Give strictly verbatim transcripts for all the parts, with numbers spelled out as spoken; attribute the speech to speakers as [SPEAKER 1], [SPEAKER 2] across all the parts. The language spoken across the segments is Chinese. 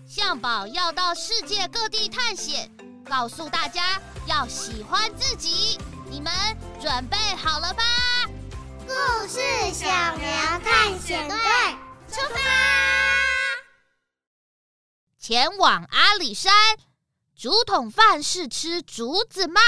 [SPEAKER 1] 象宝要到世界各地探险，告诉大家要喜欢自己。你们准备好了吧？
[SPEAKER 2] 故事小苗探险队出发！
[SPEAKER 1] 前往阿里山，竹筒饭是吃竹子吗？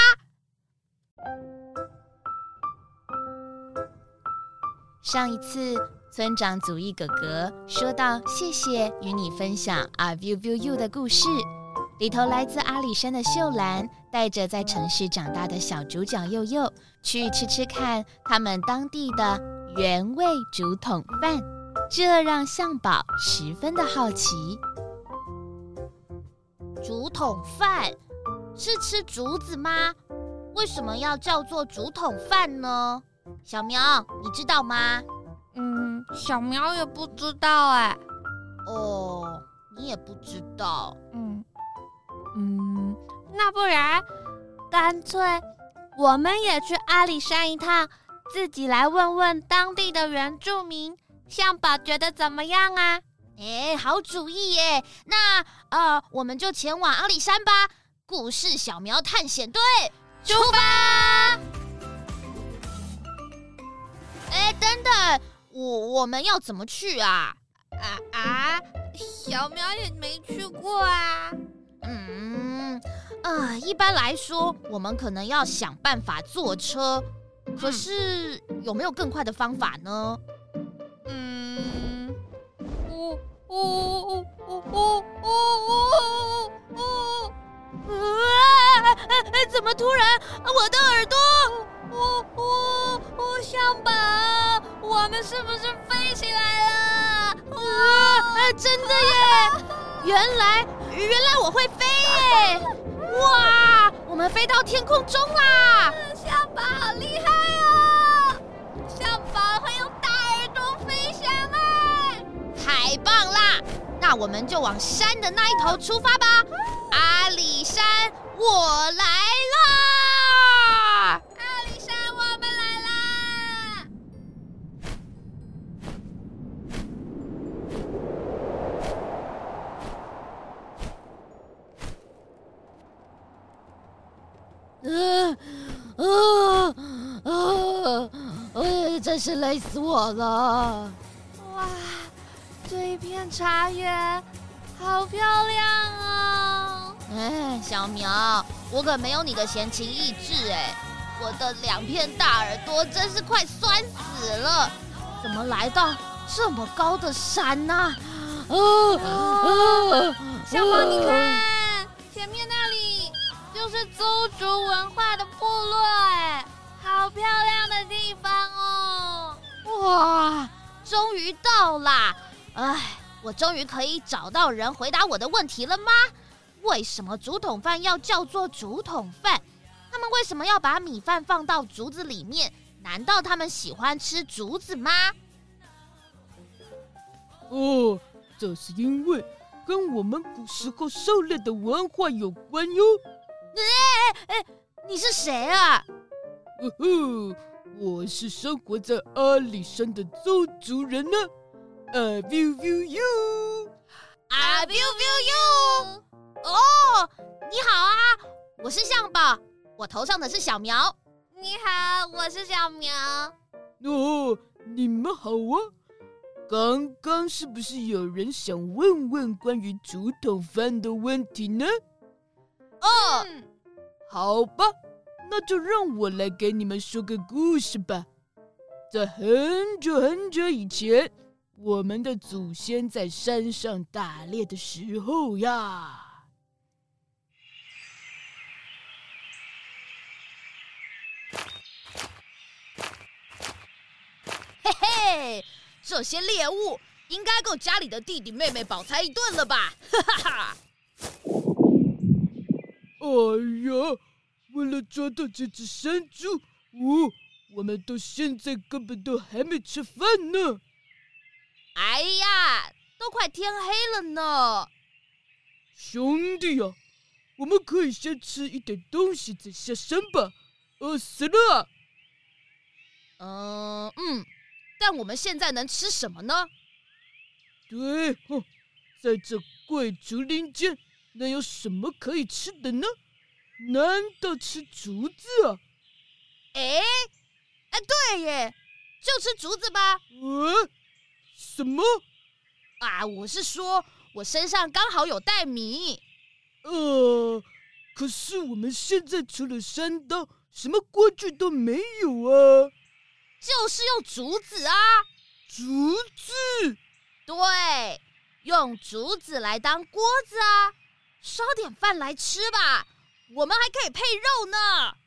[SPEAKER 1] 上一次，村长祖义哥哥说到谢谢与你分享 I View View You 的故事，里头来自阿里山的秀兰带着在城市长大的小主角佑佑去吃吃看他们当地的原味竹筒饭，这让象宝十分的好奇。竹筒饭是吃竹子吗？为什么要叫做竹筒饭呢？小苗，你知道吗？
[SPEAKER 3] 嗯，小苗也不知道哎。
[SPEAKER 1] 哦，你也不知道。
[SPEAKER 3] 嗯嗯，那不然，干脆我们也去阿里山一趟，自己来问问当地的原住民，象宝觉得怎么样啊？
[SPEAKER 1] 哎，好主意耶！那呃，我们就前往阿里山吧。故事小苗探险队出发！哎，等等，我我们要怎么去啊？
[SPEAKER 3] 啊啊，小苗也没去过啊。
[SPEAKER 1] 嗯，啊，一般来说，我们可能要想办法坐车。可是有没有更快的方法呢？
[SPEAKER 3] 嗯，呜呜呜呜呜呜呜！
[SPEAKER 1] 啊！怎么突然我的耳朵？
[SPEAKER 3] 呜呜呜！象宝，我们是不是飞起来了？
[SPEAKER 1] 啊！真的耶！原来原来我会飞耶！哇！我们飞到天空中啦！
[SPEAKER 3] 象宝好厉害哦！象宝会用大耳朵飞翔哎！
[SPEAKER 1] 太棒啦！那我们就往山的那一头出发吧。阿里山，我来啦！
[SPEAKER 3] 阿里山，我们来啦！
[SPEAKER 1] 呃呃呃呃，真是累死我了！
[SPEAKER 3] 哇，这一片茶园好漂亮哦！
[SPEAKER 1] 哎，小苗，我可没有你的闲情逸致哎，我的两片大耳朵真是快酸死了！怎么来到这么高的山呢？啊
[SPEAKER 3] 啊！小毛，你看，前面那里就是邹族文化的部落哎，好漂亮的地方哦！
[SPEAKER 1] 哇，终于到啦！哎，我终于可以找到人回答我的问题了吗？为什么竹筒饭要叫做竹筒饭？他们为什么要把米饭放到竹子里面？难道他们喜欢吃竹子吗？
[SPEAKER 4] 哦，这是因为跟我们古时候狩猎的文化有关哟。
[SPEAKER 1] 哎哎哎，你是谁啊？
[SPEAKER 4] 哦吼，我是生活在阿里山的邹族人呢。I view view you，
[SPEAKER 1] I view view you。哦，你好啊，我是象宝，我头上的是小苗。
[SPEAKER 3] 你好，我是小苗。
[SPEAKER 4] 哦，你们好啊！刚刚是不是有人想问问关于竹筒饭的问题呢？
[SPEAKER 1] 哦，
[SPEAKER 3] 嗯、
[SPEAKER 4] 好吧，那就让我来给你们说个故事吧。在很久很久以前，我们的祖先在山上打猎的时候呀。
[SPEAKER 1] 嘿嘿，这些猎物应该够家里的弟弟妹妹饱餐一顿了吧？哈哈哈！
[SPEAKER 4] 哎呀，为了抓到这只山猪，哦，我们到现在根本都还没吃饭呢。
[SPEAKER 1] 哎呀，都快天黑了呢。
[SPEAKER 4] 兄弟呀、啊，我们可以先吃一点东西再下山吧。饿死了。
[SPEAKER 1] 嗯嗯，但我们现在能吃什么呢？
[SPEAKER 4] 对，哼，在这怪竹林间能有什么可以吃的呢？难道吃竹子啊？
[SPEAKER 5] 哎哎，对耶，就吃竹子吧。
[SPEAKER 4] 呃，什么？
[SPEAKER 5] 啊，我是说，我身上刚好有袋米。
[SPEAKER 4] 呃，可是我们现在除了山刀，什么锅具都没有啊。
[SPEAKER 5] 就是用竹子啊。
[SPEAKER 4] 竹子？
[SPEAKER 5] 对，用竹子来当锅子啊。烧点饭来吃吧，我们还可以配肉呢。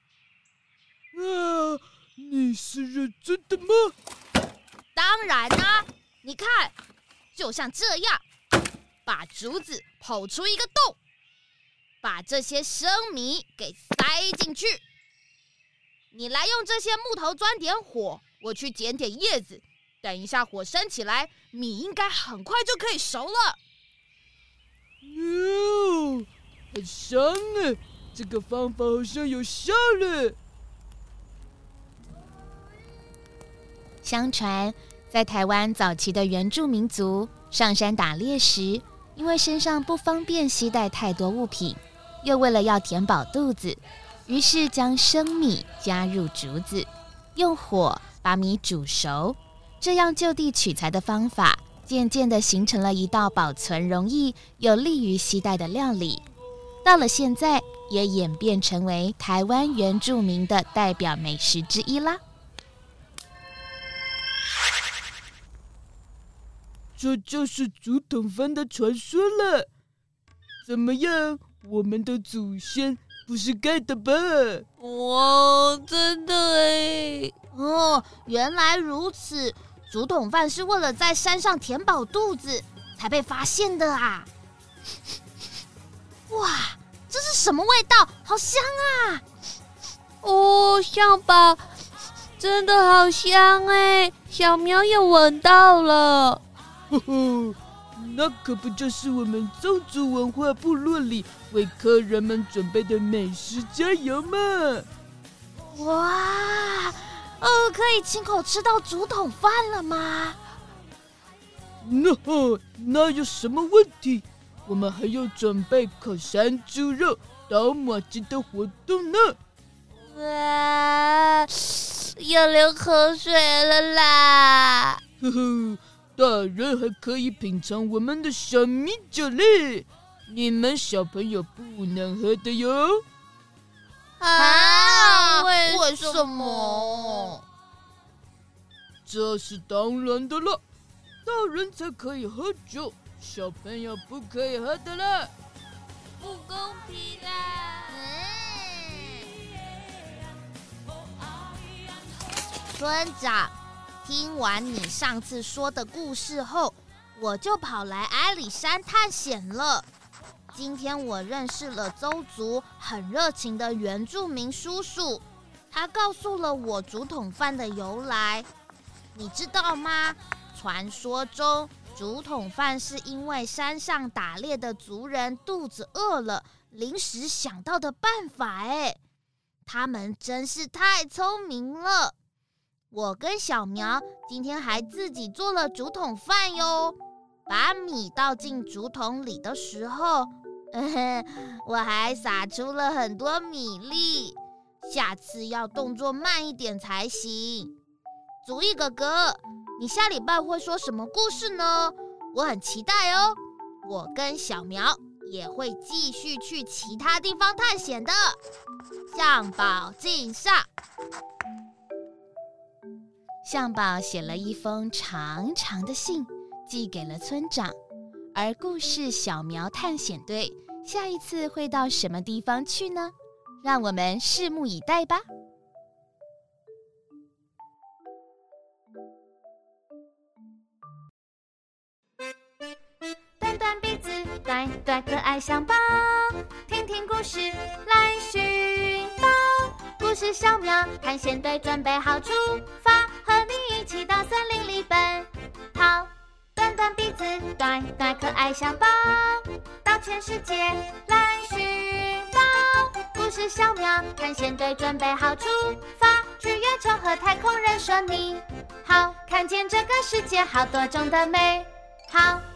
[SPEAKER 4] 啊，你是认真的吗？
[SPEAKER 5] 当然啊，你看，就像这样，把竹子剖出一个洞，把这些生米给塞进去。你来用这些木头钻点火，我去捡点叶子。等一下火升起来，米应该很快就可以熟了。
[SPEAKER 4] 哦，很香哎，这个方法好像有效了。
[SPEAKER 1] 相传，在台湾早期的原住民族上山打猎时，因为身上不方便携带太多物品，又为了要填饱肚子，于是将生米加入竹子，用火把米煮熟，这样就地取材的方法，渐渐地形成了一道保存容易、有利于携带的料理。到了现在，也演变成为台湾原住民的代表美食之一啦。
[SPEAKER 4] 这就是竹筒饭的传说了。怎么样，我们的祖先不是盖的吧？
[SPEAKER 3] 哇，真的哎！
[SPEAKER 5] 哦，原来如此，竹筒饭是为了在山上填饱肚子才被发现的啊！哇，这是什么味道？好香啊！
[SPEAKER 3] 哦，香吧，真的好香哎！小苗也闻到了。
[SPEAKER 4] 呵呵，那可不就是我们宗族文化部落里为客人们准备的美食佳肴吗？
[SPEAKER 5] 哇，呃，可以亲口吃到竹筒饭了吗？
[SPEAKER 4] 那哈，那有什么问题？我们还有准备烤山猪肉、捣麻糬的活动呢。
[SPEAKER 3] 哇，要流口水了啦！
[SPEAKER 4] 呵呵。大人还可以品尝我们的小米酒嘞，你们小朋友不能喝的哟。
[SPEAKER 5] 啊？
[SPEAKER 3] 为
[SPEAKER 5] 为
[SPEAKER 3] 什
[SPEAKER 5] 什么？
[SPEAKER 4] 这是当然的了，大人才可以喝酒，小朋友不可以喝的啦。
[SPEAKER 3] 不公平啦！
[SPEAKER 5] 村长。听完你上次说的故事后，我就跑来阿里山探险了。今天我认识了邹族很热情的原住民叔叔，他告诉了我竹筒饭的由来。你知道吗？传说中竹筒饭是因为山上打猎的族人肚子饿了，临时想到的办法。哎，他们真是太聪明了。我跟小苗今天还自己做了竹筒饭哟。把米倒进竹筒里的时候，呃、我还撒出了很多米粒。下次要动作慢一点才行。竹意哥哥，你下礼拜会说什么故事呢？我很期待哦。我跟小苗也会继续去其他地方探险的。向宝敬上。
[SPEAKER 1] 向宝写了一封长长的信，寄给了村长。而故事小苗探险队下一次会到什么地方去呢？让我们拭目以待吧。
[SPEAKER 2] 短短鼻子，短短可爱象宝，听听故事来寻宝。故事小苗探险队准备好出发，和你一起到森林里奔跑。短短鼻子，短短可爱象宝，到全世界来寻宝。故事小苗探险队准备好出发，去月球和太空人说你好，看见这个世界好多种的美好。